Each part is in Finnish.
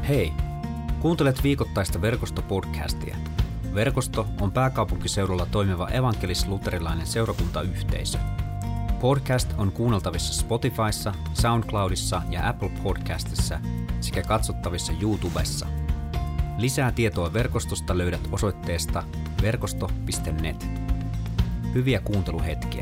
Hei! Kuuntelet viikoittaista Verkosto-podcastia. Verkosto on pääkaupunkiseudulla toimiva evankelis-luterilainen seurakuntayhteisö. Podcast on kuunneltavissa Spotifyssa, SoundCloudissa ja Apple Podcastissa sekä katsottavissa YouTubessa. Lisää tietoa verkostosta löydät osoitteesta verkosto.net. Hyviä kuunteluhetkiä.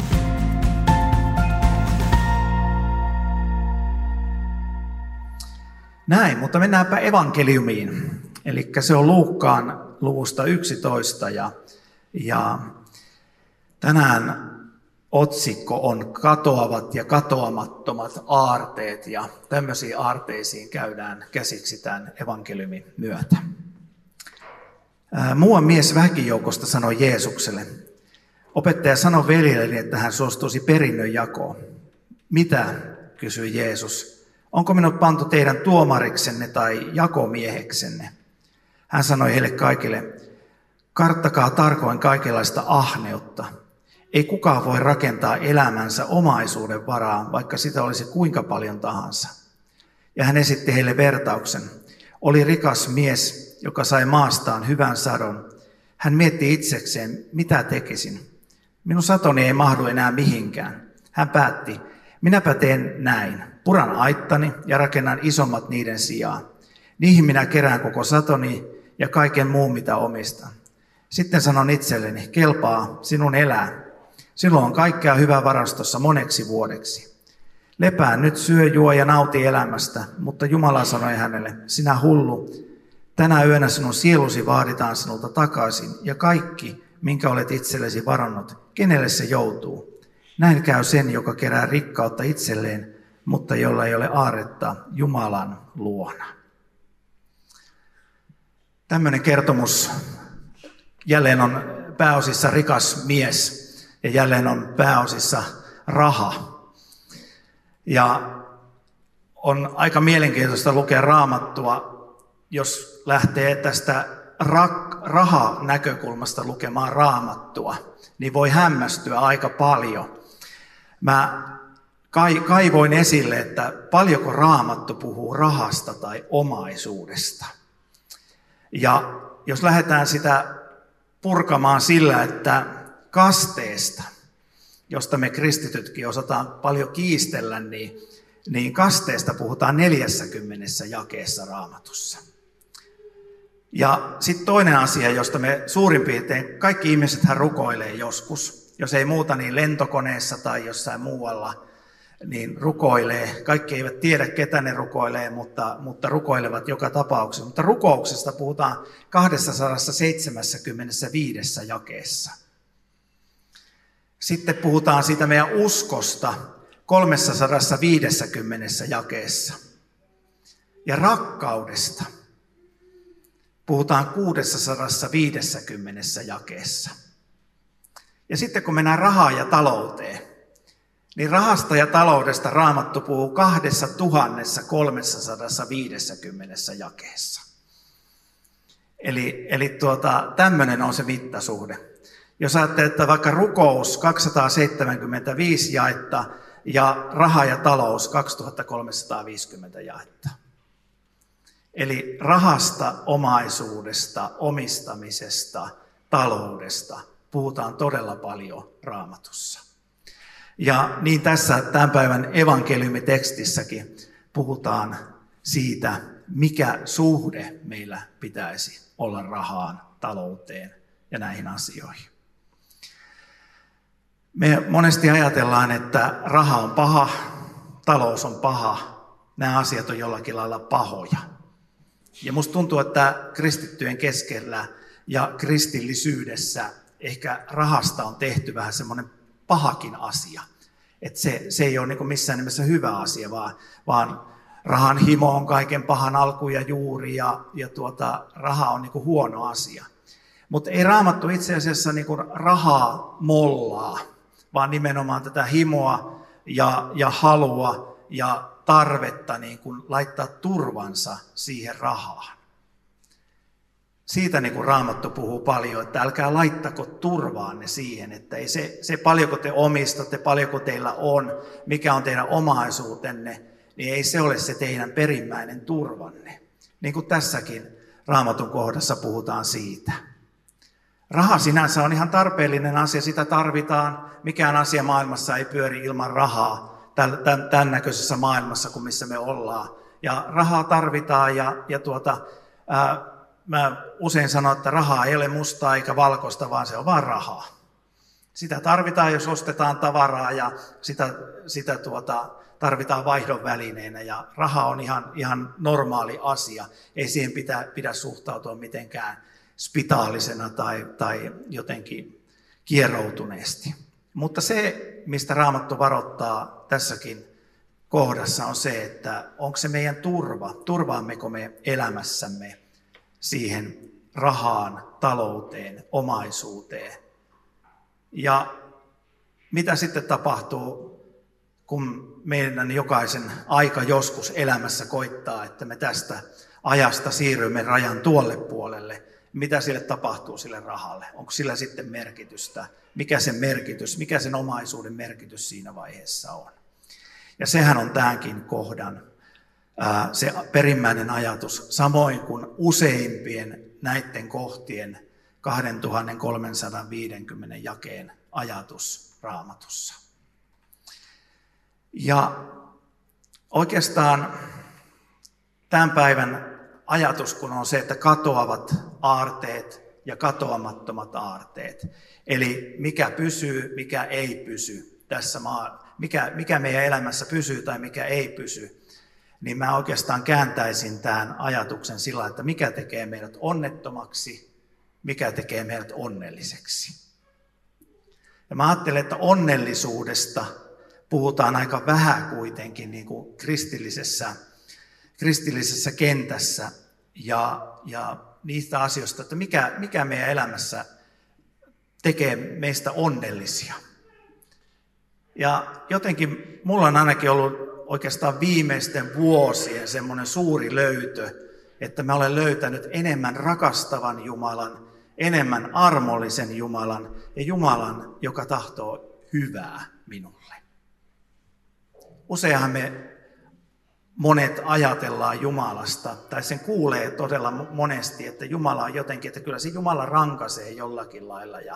Näin, mutta mennäänpä evankeliumiin. Eli se on Luukkaan luvusta 11 ja tänään otsikko on katoavat ja katoamattomat aarteet ja tämmöisiin aarteisiin käydään käsiksi tämän evankeliumin myötä. Muuan mies väkijoukosta sanoi Jeesukselle, opettaja sanoi veljelleni, että hän suostuisi perinnön jakoon. Mitä, kysyi Jeesus. Onko minut pantu teidän tuomariksenne tai jakomieheksenne? Hän sanoi heille kaikille, karttakaa tarkoin kaikenlaista ahneutta. Ei kukaan voi rakentaa elämänsä omaisuuden varaan, vaikka sitä olisi kuinka paljon tahansa. Ja hän esitti heille vertauksen. Oli rikas mies, joka sai maastaan hyvän sadon. Hän mietti itsekseen, mitä tekisin. Minun satoni ei mahdu enää mihinkään. Hän päätti, minäpä teen näin. Puran aittani ja rakennan isommat niiden sijaan. Niihin minä kerään koko satoni ja kaiken muun, mitä omistan. Sitten sanon itselleni, kelpaa sinun elää. Silloin on kaikkea hyvää varastossa moneksi vuodeksi. Lepää nyt, syö, juo ja nauti elämästä, mutta Jumala sanoi hänelle, sinä hullu, tänä yönä sinun sielusi vaaditaan sinulta takaisin ja kaikki, minkä olet itsellesi varannut, kenelle se joutuu. Näin käy sen, joka kerää rikkautta itselleen, mutta jolla ei ole aarretta Jumalan luona. Tämmöinen kertomus. Jälleen on pääosissa rikas mies ja jälleen on pääosissa raha. Ja on aika mielenkiintoista lukea Raamattua, jos lähtee tästä raha-näkökulmasta lukemaan Raamattua, niin voi hämmästyä aika paljon. Mä kaivoin esille, että paljonko Raamattu puhuu rahasta tai omaisuudesta. Ja jos lähdetään sitä purkamaan sillä, että kasteesta, josta me kristitytkin osataan paljon kiistellä, niin kasteesta puhutaan 40 jakeessa Raamatussa. Ja sitten toinen asia, josta me suurin piirtein, kaikki ihmisethän rukoilee joskus, jos ei muuta niin lentokoneessa tai jossain muualla, niin rukoilee. Kaikki eivät tiedä, ketä ne rukoilee, mutta rukoilevat joka tapauksessa. Mutta rukouksesta puhutaan 275 jakeessa. Sitten puhutaan siitä meidän uskosta 350 jakeessa. Ja rakkaudesta puhutaan 650 jakeessa. Ja sitten kun mennään rahaan ja talouteen, niin rahasta ja taloudesta Raamattu puhuu 2350 jakeessa. Eli tämmöinen on se mittasuhde. Jos ajattelee, että vaikka rukous 275 jaetta ja raha ja talous 2350 jaetta. Eli rahasta, omaisuudesta, omistamisesta, taloudesta puhutaan todella paljon Raamatussa. Ja niin tässä tämän päivän evankeliumitekstissäkin puhutaan siitä, mikä suhde meillä pitäisi olla rahaan, talouteen ja näihin asioihin. Me monesti ajatellaan, että raha on paha, talous on paha, nämä asiat on jollakin lailla pahoja. Ja musta tuntuu, että kristittyjen keskellä ja kristillisyydessä ehkä rahasta on tehty vähän semmoinen pahakin asia. Että se ei ole niin kuin missään nimessä hyvä asia, vaan rahan himo on kaiken pahan alku ja juuri ja raha on niin kuin huono asia. Mutta ei Raamattu itse asiassa niin kuin rahaa mollaa, vaan nimenomaan tätä himoa ja halua ja tarvetta niin kuin laittaa turvansa siihen rahaan. Siitä niin kuin Raamattu puhuu paljon, että älkää laittako turvaanne siihen, että ei se paljonko te omistatte, paljonko teillä on, mikä on teidän omaisuutenne, niin ei se ole se teidän perimmäinen turvanne. Niin kuin tässäkin Raamatun kohdassa puhutaan siitä. Raha sinänsä on ihan tarpeellinen asia, sitä tarvitaan. Mikään asia maailmassa ei pyöri ilman rahaa, tämän näköisessä maailmassa kuin missä me ollaan. Ja rahaa tarvitaan mä usein sanon, että rahaa ei ole mustaa eikä valkoista, vaan se on vaan rahaa. Sitä tarvitaan, jos ostetaan tavaraa ja sitä tarvitaan vaihdon välineenä ja raha on ihan normaali asia. Ei siihen pidä suhtautua mitenkään spitaalisena tai jotenkin kieroutuneesti. Mutta se, mistä Raamattu varoittaa tässäkin kohdassa, on se, että onko se meidän turvaammeko me elämässämme siihen rahaan, talouteen, omaisuuteen. Ja mitä sitten tapahtuu, kun meidän jokaisen aika joskus elämässä koittaa, että me tästä ajasta siirrymme rajan tuolle puolelle. Mitä sille tapahtuu sille rahalle? Onko sillä sitten merkitystä? Mikä sen merkitys, mikä sen omaisuuden merkitys siinä vaiheessa on? Ja sehän on tämänkin kohdan se perimmäinen ajatus, samoin kuin useimpien näiden kohtien 2350 jakeen ajatus Raamatussa. Ja oikeastaan tämän päivän ajatus kun on se, että katoavat aarteet ja katoamattomat aarteet. Eli mikä pysyy, mikä ei pysy tässä mikä meidän elämässä pysyy tai mikä ei pysy. Niin mä oikeastaan kääntäisin tämän ajatuksen sillä, että mikä tekee meidät onnettomaksi, mikä tekee meidät onnelliseksi. Ja mä ajattelen, että onnellisuudesta puhutaan aika vähän kuitenkin niin kuin kristillisessä kentässä ja niistä asioista, että mikä meidän elämässä tekee meistä onnellisia. Ja jotenkin mulla on ainakin ollut oikeastaan viimeisten vuosien semmoinen suuri löytö, että mä olen löytänyt enemmän rakastavan Jumalan, enemmän armollisen Jumalan ja Jumalan, joka tahtoo hyvää minulle. Useinhan monet ajatellaan Jumalasta, tai sen kuulee todella monesti, että Jumala on jotenkin, että kyllä se Jumala rankaisee jollakin lailla ja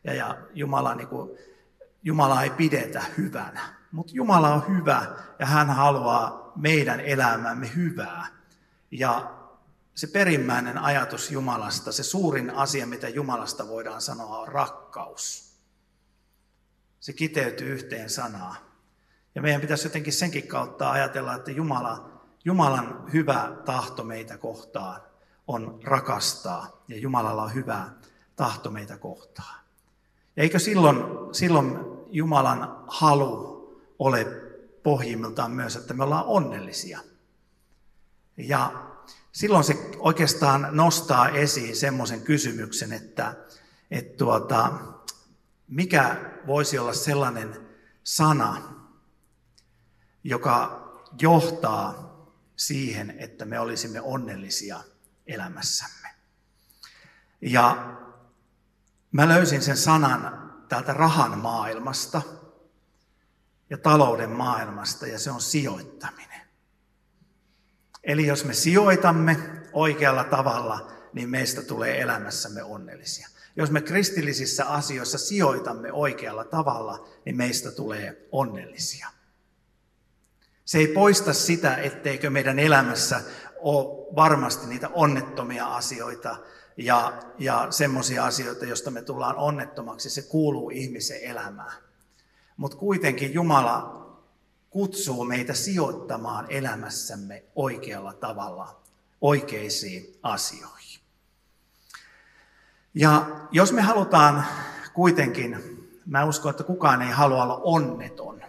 Jumala ei pidetä hyvänä. Mutta Jumala on hyvä ja hän haluaa meidän elämämme hyvää. Ja se perimmäinen ajatus Jumalasta, se suurin asia, mitä Jumalasta voidaan sanoa, on rakkaus. Se kiteytyy yhteen sanaan. Ja meidän pitäisi jotenkin senkin kautta ajatella, että Jumalan hyvä tahto meitä kohtaan on rakastaa. Ja Jumalalla on hyvä tahto meitä kohtaan. Ja eikö silloin Jumalan halu ole pohjimmiltaan myös, että me ollaan onnellisia. Ja silloin se oikeastaan nostaa esiin semmoisen kysymyksen, että mikä voisi olla sellainen sana, joka johtaa siihen, että me olisimme onnellisia elämässämme. Ja mä löysin sen sanan täältä rahan maailmasta ja talouden maailmasta, ja se on sijoittaminen. Eli jos me sijoitamme oikealla tavalla, niin meistä tulee elämässämme onnellisia. Jos me kristillisissä asioissa sijoitamme oikealla tavalla, niin meistä tulee onnellisia. Se ei poista sitä, etteikö meidän elämässä ole varmasti niitä onnettomia asioita ja semmoisia asioita, joista me tullaan onnettomaksi. Se kuuluu ihmisen elämään. Mutta kuitenkin Jumala kutsuu meitä sijoittamaan elämässämme oikealla tavalla oikeisiin asioihin. Ja jos me halutaan kuitenkin, mä uskon, että kukaan ei halua olla onneton,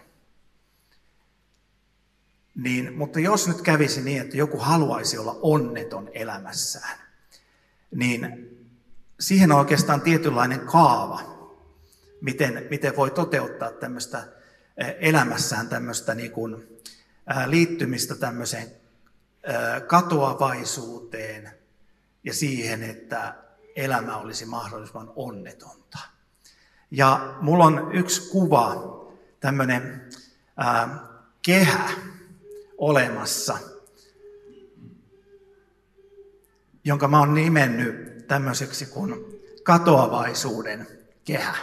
mutta jos nyt kävisi niin, että joku haluaisi olla onneton elämässään, niin siihen on oikeastaan tietynlainen kaava, miten voi toteuttaa tämmöistä elämässään tämmöistä niin kuin liittymistä tämmöiseen katoavaisuuteen ja siihen, että elämä olisi mahdollisimman onnetonta. Ja mulla on yksi kuva, tämmöinen kehä olemassa. jonka mä oon nimennyt tämmöiseksi kuin katoavaisuuden kehä.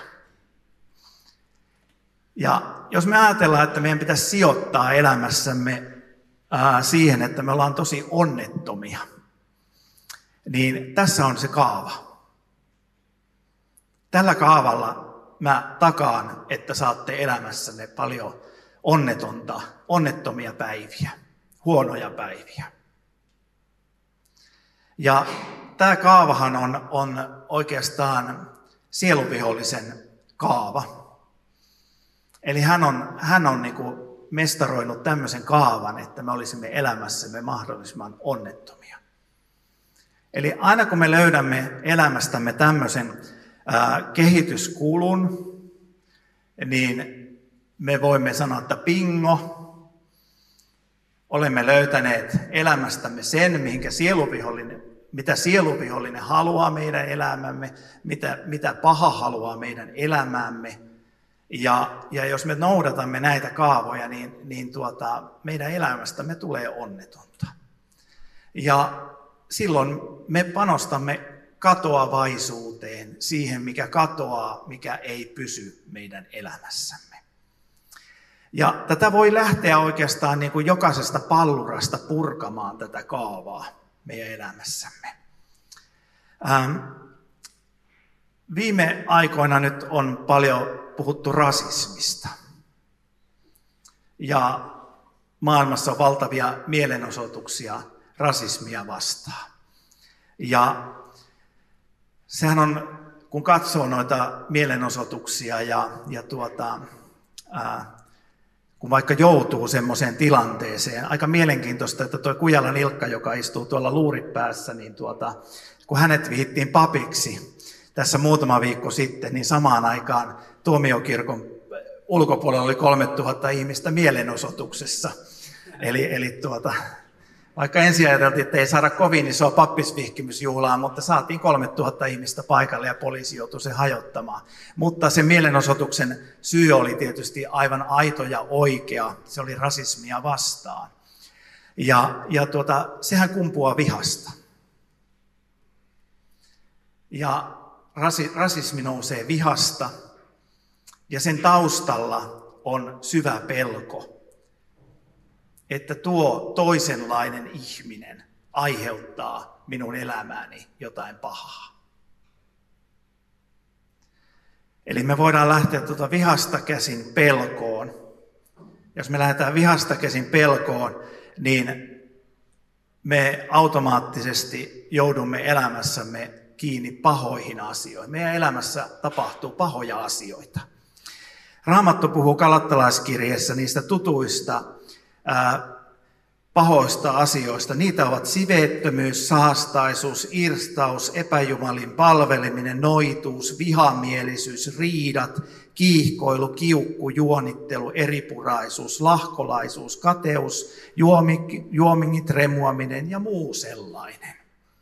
Ja jos me ajatellaan, että meidän pitäisi sijoittaa elämässämme siihen, että me ollaan tosi onnettomia, niin tässä on se kaava. Tällä kaavalla mä takaan, että saatte elämässänne paljon onnettomia päiviä, huonoja päiviä. Ja tämä kaavahan on oikeastaan sieluvihollisen kaava. Eli hän on niin kuin mestaroinut tämmöisen kaavan, että me olisimme elämässämme mahdollisimman onnettomia. Eli aina kun me löydämme elämästämme tämmöisen kehityskulun, niin me voimme sanoa, että bingo, olemme löytäneet elämästämme sen, mitä sieluvihollinen haluaa meidän elämämme, mitä paha haluaa meidän elämäämme. Ja jos me noudatamme näitä kaavoja, niin meidän elämästämme tulee onnetonta. Ja silloin me panostamme katoavaisuuteen, siihen mikä katoaa, mikä ei pysy meidän elämässämme. Ja tätä voi lähteä oikeastaan niin kuin jokaisesta pallurasta purkamaan tätä kaavaa meidän elämässämme. Viime aikoina nyt on paljon puhuttu rasismista. Ja maailmassa on valtavia mielenosoituksia rasismia vastaan. Ja sehän on, kun katsoo noita mielenosoituksia ja kun vaikka joutuu semmoiseen tilanteeseen, aika mielenkiintoista, että tuo Kujalan Ilkka, joka istuu tuolla luurit päässä, niin kun hänet vihittiin papiksi tässä muutama viikko sitten, niin samaan aikaan Tuomiokirkon ulkopuolella oli 3000 ihmistä mielenosoituksessa. Eli vaikka ensin ajateltiin, että ei saada kovin isoa pappisvihkimysjuhlaa, mutta saatiin 3000 ihmistä paikalle ja poliisi joutui sen hajottamaan. Mutta sen mielenosoituksen syy oli tietysti aivan aito ja oikea. Se oli rasismia vastaan. Ja sehän kumpuaa vihasta. Ja rasismi nousee vihasta ja sen taustalla on syvä pelko, että tuo toisenlainen ihminen aiheuttaa minun elämääni jotain pahaa. Eli me voidaan lähteä vihasta käsin pelkoon. Jos me lähdetään vihasta käsin pelkoon, niin me automaattisesti joudumme elämässämme kiinni pahoihin asioihin. Meidän elämässä tapahtuu pahoja asioita. Raamattu puhuu Galattalaiskirjeessä niistä tutuista pahoista asioista. Niitä ovat siveettömyys, saastaisuus, irstaus, epäjumalin palveleminen, noituus, vihamielisyys, riidat, kiihkoilu, kiukku, juonittelu, eripuraisuus, lahkolaisuus, kateus, juomingit, remuaminen ja muu sellainen.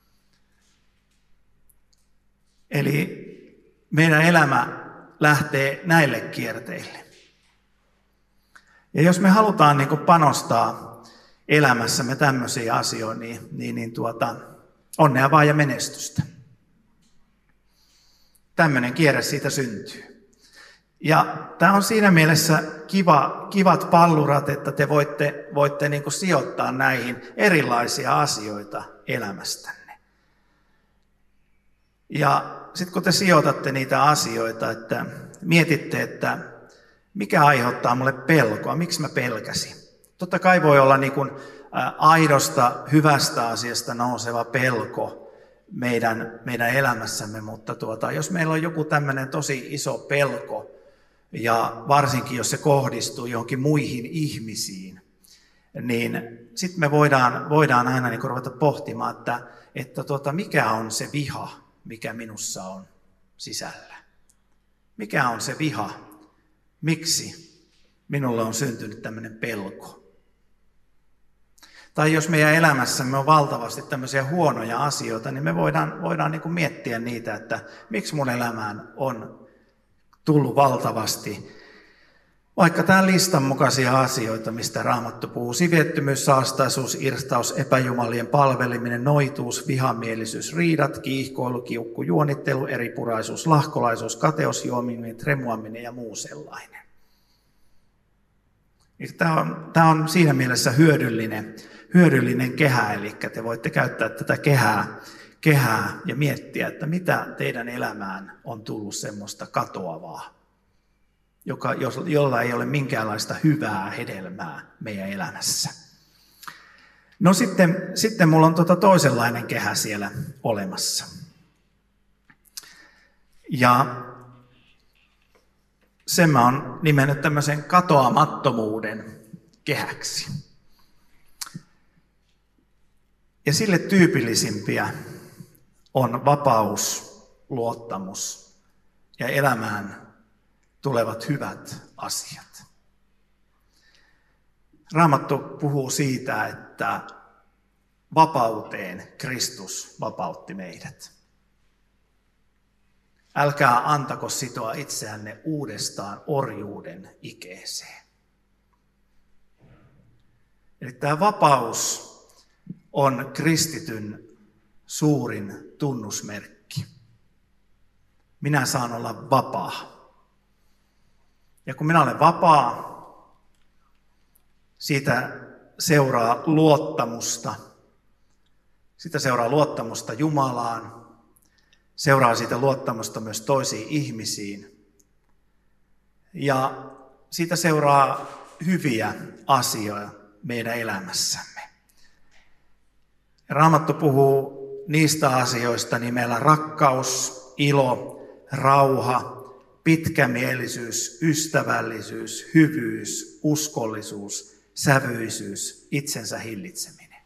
Eli meidän elämä lähtee näille kierteille. Ja jos me halutaan niin kuin panostaa elämässämme tämmöisiin asioihin, niin onnea vaan ja menestystä. Tämmöinen kierre siitä syntyy. Ja tämä on siinä mielessä kivat pallurat, että te voitte niin kuin sijoittaa näihin erilaisia asioita elämästänne. Ja sitten kun te sijoitatte niitä asioita, että mietitte, että mikä aiheuttaa mulle pelkoa, miksi mä pelkäsin. Totta kai voi olla niin kuin aidosta, hyvästä asiasta nouseva pelko meidän elämässämme, mutta jos meillä on joku tämmöinen tosi iso pelko, ja varsinkin jos se kohdistuu johonkin muihin ihmisiin, niin sitten me voidaan aina niin kuin ruveta pohtimaan, että mikä on se viha, mikä minussa on sisällä. Mikä on se viha? Miksi minulle on syntynyt tämmöinen pelko? Tai jos meidän elämässämme on valtavasti tämmöisiä huonoja asioita, niin me voidaan niin kuin miettiä niitä, että miksi mun elämään on tullut valtavasti Vaikka tämä listan mukaisia asioita, mistä Raamattu puhuu: siviettömyys, saastaisuus, irstaus, epäjumalien palveliminen, noituus, vihamielisyys, riidat, kiihkoilu, kiukku, juonittelu, eripuraisuus, lahkolaisuus, kateus, juominen, tremuaminen ja muu sellainen. Tämä on siinä mielessä hyödyllinen kehä, eli te voitte käyttää tätä kehää ja miettiä, että mitä teidän elämään on tullut semmoista katoavaa, jolla ei ole minkäänlaista hyvää hedelmää meidän elämässä. No sitten mulla on toisenlainen kehä siellä olemassa. Ja sen mä oon nimennyt tämmöisen katoamattomuuden kehäksi. Ja sille tyypillisimpiä on vapaus, luottamus ja elämään tulevat hyvät asiat. Raamattu puhuu siitä, että vapauteen Kristus vapautti meidät. Älkää antako sitoa itseänne uudestaan orjuuden ikeeseen. Eli tämä vapaus on kristityn suurin tunnusmerkki. Minä saan olla vapaa. Ja kun minä olen vapaa, siitä seuraa luottamusta. Siitä seuraa luottamusta Jumalaan. Seuraa siitä luottamusta myös toisiin ihmisiin. Ja siitä seuraa hyviä asioita meidän elämässämme. Raamattu puhuu niistä asioista nimellä rakkaus, ilo, rauha, pitkämielisyys, ystävällisyys, hyvyys, uskollisuus, sävyisyys, itsensä hillitseminen.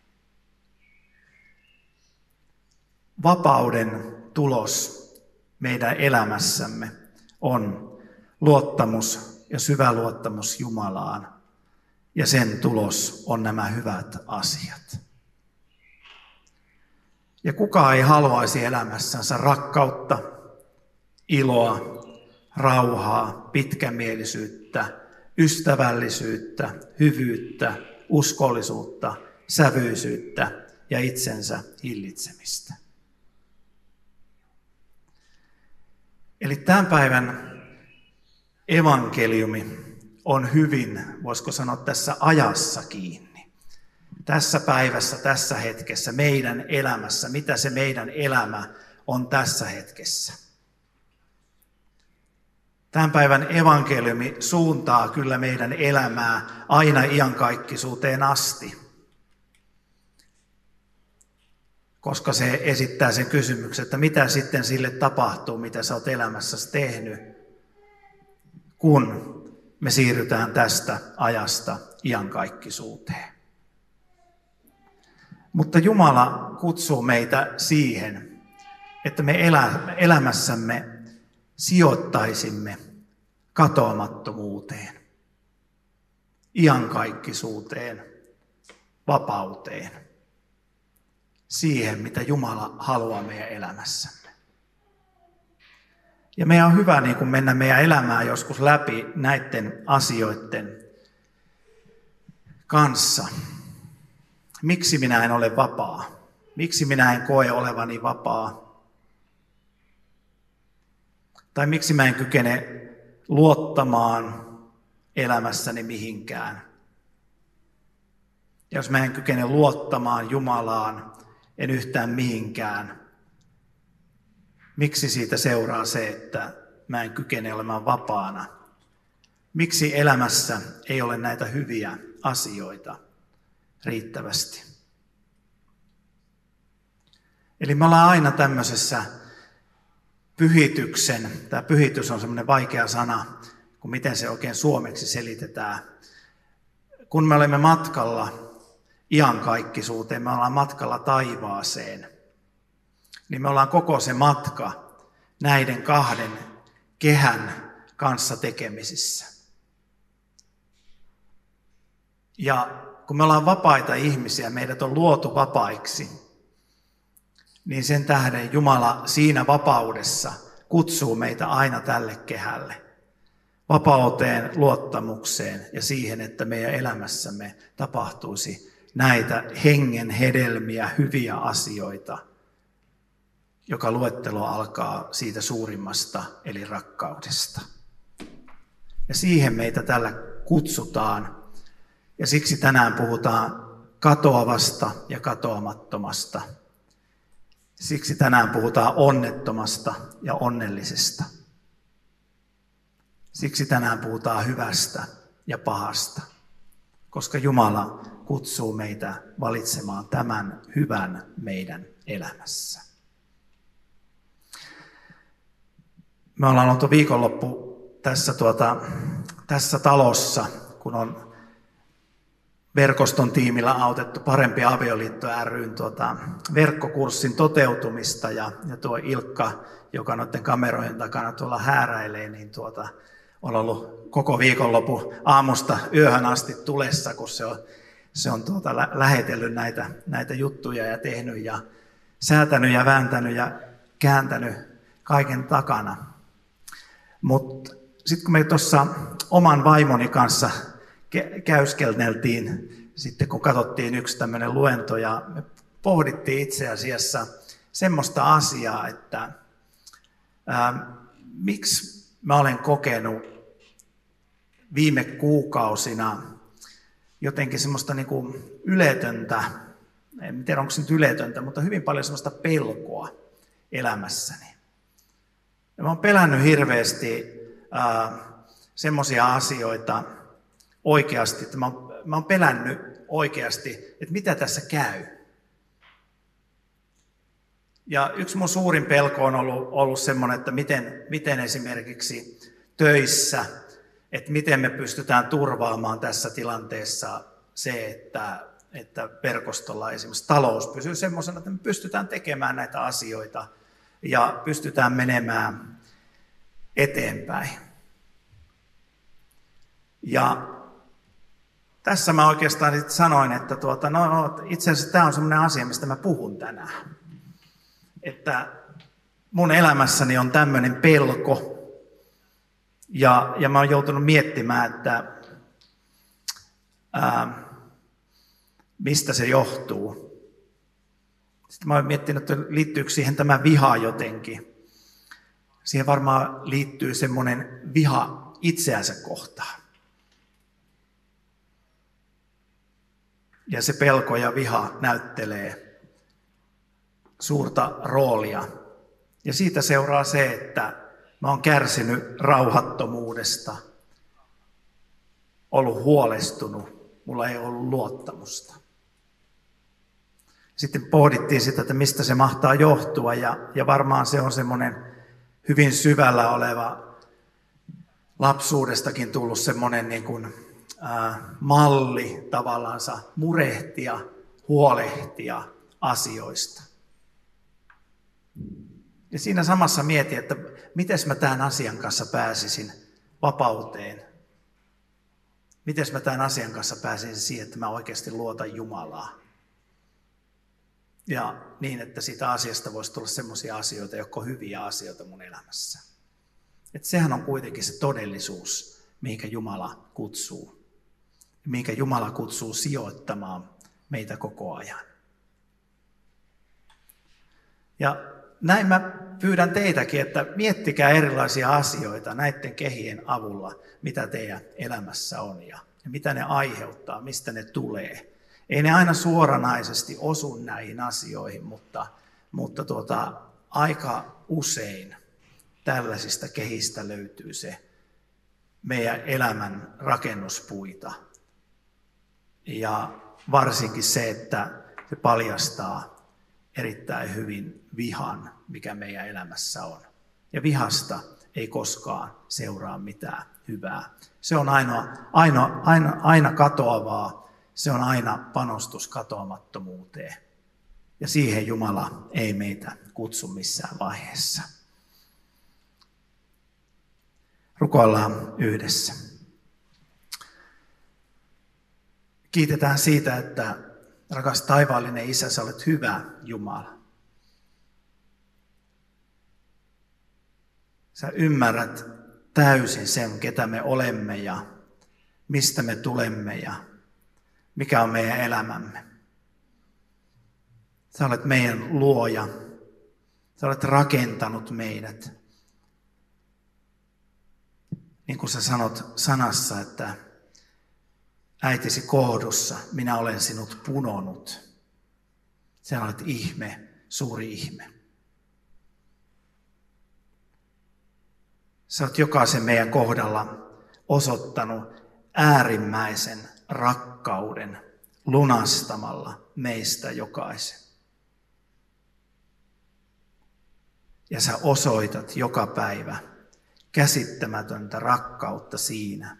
Vapauden tulos meidän elämässämme on luottamus ja syvä luottamus Jumalaan, ja sen tulos on nämä hyvät asiat. Ja kukaan ei haluaisi elämässänsä rakkautta, iloa, rauhaa, pitkämielisyyttä, ystävällisyyttä, hyvyyttä, uskollisuutta, sävyisyyttä ja itsensä hillitsemistä. Eli tämän päivän evankeliumi on hyvin, voisiko sanoa, tässä ajassa kiinni. Tässä päivässä, tässä hetkessä, meidän elämässä, mitä se meidän elämä on tässä hetkessä. Tämän päivän evankeliumi suuntaa kyllä meidän elämää aina iankaikkisuuteen asti, koska se esittää sen kysymyksen, että mitä sitten sille tapahtuu, mitä sä oot elämässäsi tehnyt, kun me siirrytään tästä ajasta iankaikkisuuteen. Mutta Jumala kutsuu meitä siihen, että me elämässämme sijoittaisimme katoamattomuuteen, iankaikkisuuteen, vapauteen, siihen, mitä Jumala haluaa meidän elämässämme. Ja meidän on hyvä niin kun mennä meidän elämää joskus läpi näiden asioiden kanssa. Miksi minä en ole vapaa? Miksi minä en koe olevani vapaa? Tai miksi mä en kykene luottamaan elämässäni mihinkään? Ja jos mä en kykene luottamaan Jumalaan, en yhtään mihinkään, miksi siitä seuraa se, että mä en kykene olemaan vapaana? Miksi elämässä ei ole näitä hyviä asioita riittävästi? Eli me ollaan aina tämmöisessä pyhityksen, tämä pyhitys on semmoinen vaikea sana, kun miten se oikein suomeksi selitetään. Kun me olemme matkalla iankaikkisuuteen, me ollaan matkalla taivaaseen, niin me ollaan koko se matka näiden kahden kehän kanssa tekemisissä. Ja kun me ollaan vapaita ihmisiä, meidät on luotu vapaiksi, niin sen tähden Jumala siinä vapaudessa kutsuu meitä aina tälle kehälle. vapauteen, luottamukseen ja siihen, että meidän elämässämme tapahtuisi näitä hengen hedelmiä, hyviä asioita, joka luettelo alkaa siitä suurimmasta, eli rakkaudesta. Ja siihen meitä tällä kutsutaan, ja siksi tänään puhutaan katoavasta ja katoamattomasta. Siksi tänään puhutaan onnettomasta ja onnellisesta. Siksi tänään puhutaan hyvästä ja pahasta, koska Jumala kutsuu meitä valitsemaan tämän hyvän meidän elämässä. Me ollaan oltu viikonloppu tässä talossa, kun on verkoston tiimillä autettu Parempi avioliitto ry:n verkkokurssin toteutumista ja tuo Ilkka, joka noiden kamerojen takana tuolla hääräilee, niin on ollut koko viikonloppu aamusta yöhön asti tulessa, kun se on lähetellyt näitä juttuja ja tehnyt ja säätänyt ja vääntänyt ja kääntänyt kaiken takana. Mutta sitten kun me tuossa oman vaimoni kanssa käyskelneltiin, sitten kun katsottiin yksi tämmöinen luento ja me pohdittiin itse asiassa semmoista asiaa, että miksi mä olen kokenut viime kuukausina jotenkin semmoista niin kuin yletöntä, en tiedä onko se nyt yletöntä, mutta hyvin paljon semmoista pelkoa elämässäni. Ja mä oon pelännyt hirveästi semmoisia asioita oikeasti, että mä oon pelännyt oikeasti, että mitä tässä käy. Ja yksi mun suurin pelko on ollut semmoinen, että miten esimerkiksi töissä, että miten me pystytään turvaamaan tässä tilanteessa se, että verkostolla esimerkiksi talous pysyy semmoisena, että me pystytään tekemään näitä asioita ja pystytään menemään eteenpäin. Ja tässä mä oikeastaan sanoin, että itse asiassa tämä on semmoinen asia, mistä mä puhun tänään. Että mun elämässäni on tämmöinen pelko ja mä oon joutunut miettimään, että mistä se johtuu. Sitten mä oon miettinyt, että liittyykö siihen tämä viha jotenkin. Siihen varmaan liittyy semmoinen viha itseänsä kohtaan. Ja se pelko ja viha näyttelee suurta roolia. Ja siitä seuraa se, että mä oon kärsinyt rauhattomuudesta, ollut huolestunut, mulla ei ollut luottamusta. Sitten pohdittiin sitä, että mistä se mahtaa johtua, ja varmaan se on semmoinen hyvin syvällä oleva, lapsuudestakin tullut semmoinen niin kuin, malli tavallaansa murehtia, huolehtia asioista. Ja siinä samassa mietin, että miten mä tämän asian kanssa pääsisin vapauteen. Miten mä tämän asian kanssa pääsisin siihen, että mä oikeasti luotan Jumalaa. Ja niin, että siitä asiasta voisi tulla semmoisia asioita, jotka on hyviä asioita mun elämässä. Että sehän on kuitenkin se todellisuus, mihinkä Jumala kutsuu. Mihinkä Jumala kutsuu sijoittamaan meitä koko ajan. Ja näin mä pyydän teitäkin, että miettikää erilaisia asioita näiden kehien avulla, mitä teidän elämässä on ja mitä ne aiheuttaa, mistä ne tulee. Ei ne aina suoranaisesti osu näihin asioihin, mutta aika usein tällaisista kehistä löytyy se meidän elämän rakennuspuita. Ja varsinkin se, että se paljastaa erittäin hyvin vihan, mikä meidän elämässä on. Ja vihasta ei koskaan seuraa mitään hyvää. Se on aina katoavaa. Se on aina panostus katoamattomuuteen. Ja siihen Jumala ei meitä kutsu missään vaiheessa. Rukoillaan yhdessä. Kiitetään siitä, että rakas taivaallinen Isä, sä olet hyvä Jumala. Sä ymmärrät täysin sen, ketä me olemme ja mistä me tulemme ja mikä on meidän elämämme. Sä olet meidän luoja. Sä olet rakentanut meidät. Niin kuin sä sanot sanassa, että äitisi kohdussa minä olen sinut punonut. Sä olet ihme, suuri ihme. Sä olet jokaisen meidän kohdalla osoittanut äärimmäisen rakkauden lunastamalla meistä jokaisen. Ja sä osoitat joka päivä käsittämätöntä rakkautta siinä,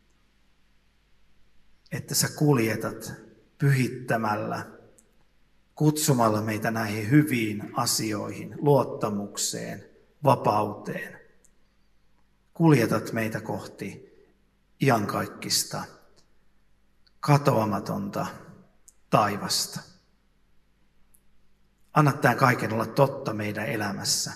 että sä kuljetat pyhittämällä, kutsumalla meitä näihin hyviin asioihin, luottamukseen, vapauteen. Kuljetat meitä kohti iankaikkista, katoamatonta taivasta. Anna tämän kaiken olla totta meidän elämässä.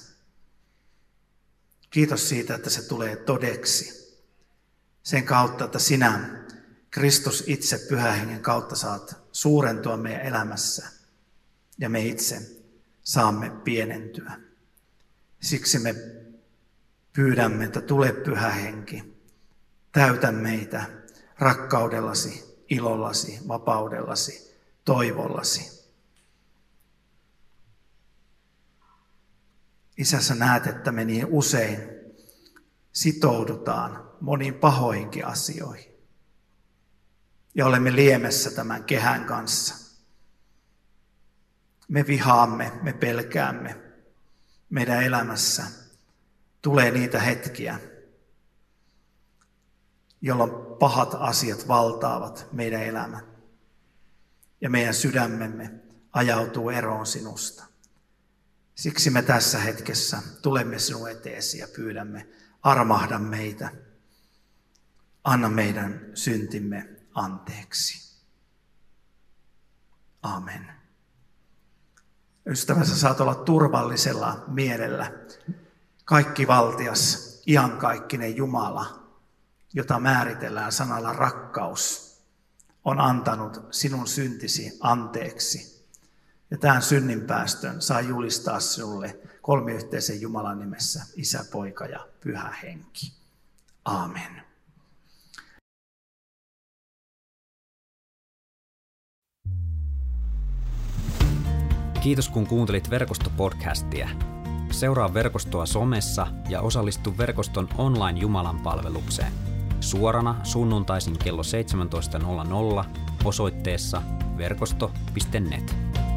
Kiitos siitä, että se tulee todeksi. Sen kautta, että sinä, Kristus itse Pyhän Hengen kautta saat suurentua meidän elämässä ja me itse saamme pienentyä. Siksi me pyydämme, että tule Pyhä Henki, täytä meitä rakkaudellasi, ilollasi, vapaudellasi, toivollasi. Isä, sä näet, että me niin usein sitoudutaan moniin pahoinkin asioihin. Ja olemme liemessä tämän kehän kanssa. Me vihaamme, me pelkäämme. Meidän elämässä tulee niitä hetkiä, jolloin pahat asiat valtaavat meidän elämän. Ja meidän sydämemme ajautuu eroon sinusta. Siksi me tässä hetkessä tulemme sinun eteesi ja pyydämme, armahda meitä. Anna meidän syntimme anteeksi. Amen. Ystävä, sä saat olla turvallisella mielellä. Kaikkivaltias, iankaikkinen Jumala, jota määritellään sanalla rakkaus, on antanut sinun syntisi anteeksi. Ja tämän synninpäästön saa julistaa sinulle kolmiyhteisen Jumalan nimessä, Isä, Poika ja Pyhä Henki. Aamen. Kiitos kun kuuntelit Verkosto-podcastia. Seuraa Verkostoa somessa ja osallistu Verkoston online Jumalanpalvelukseen. Suorana sunnuntaisin kello 17.00 osoitteessa verkosto.net.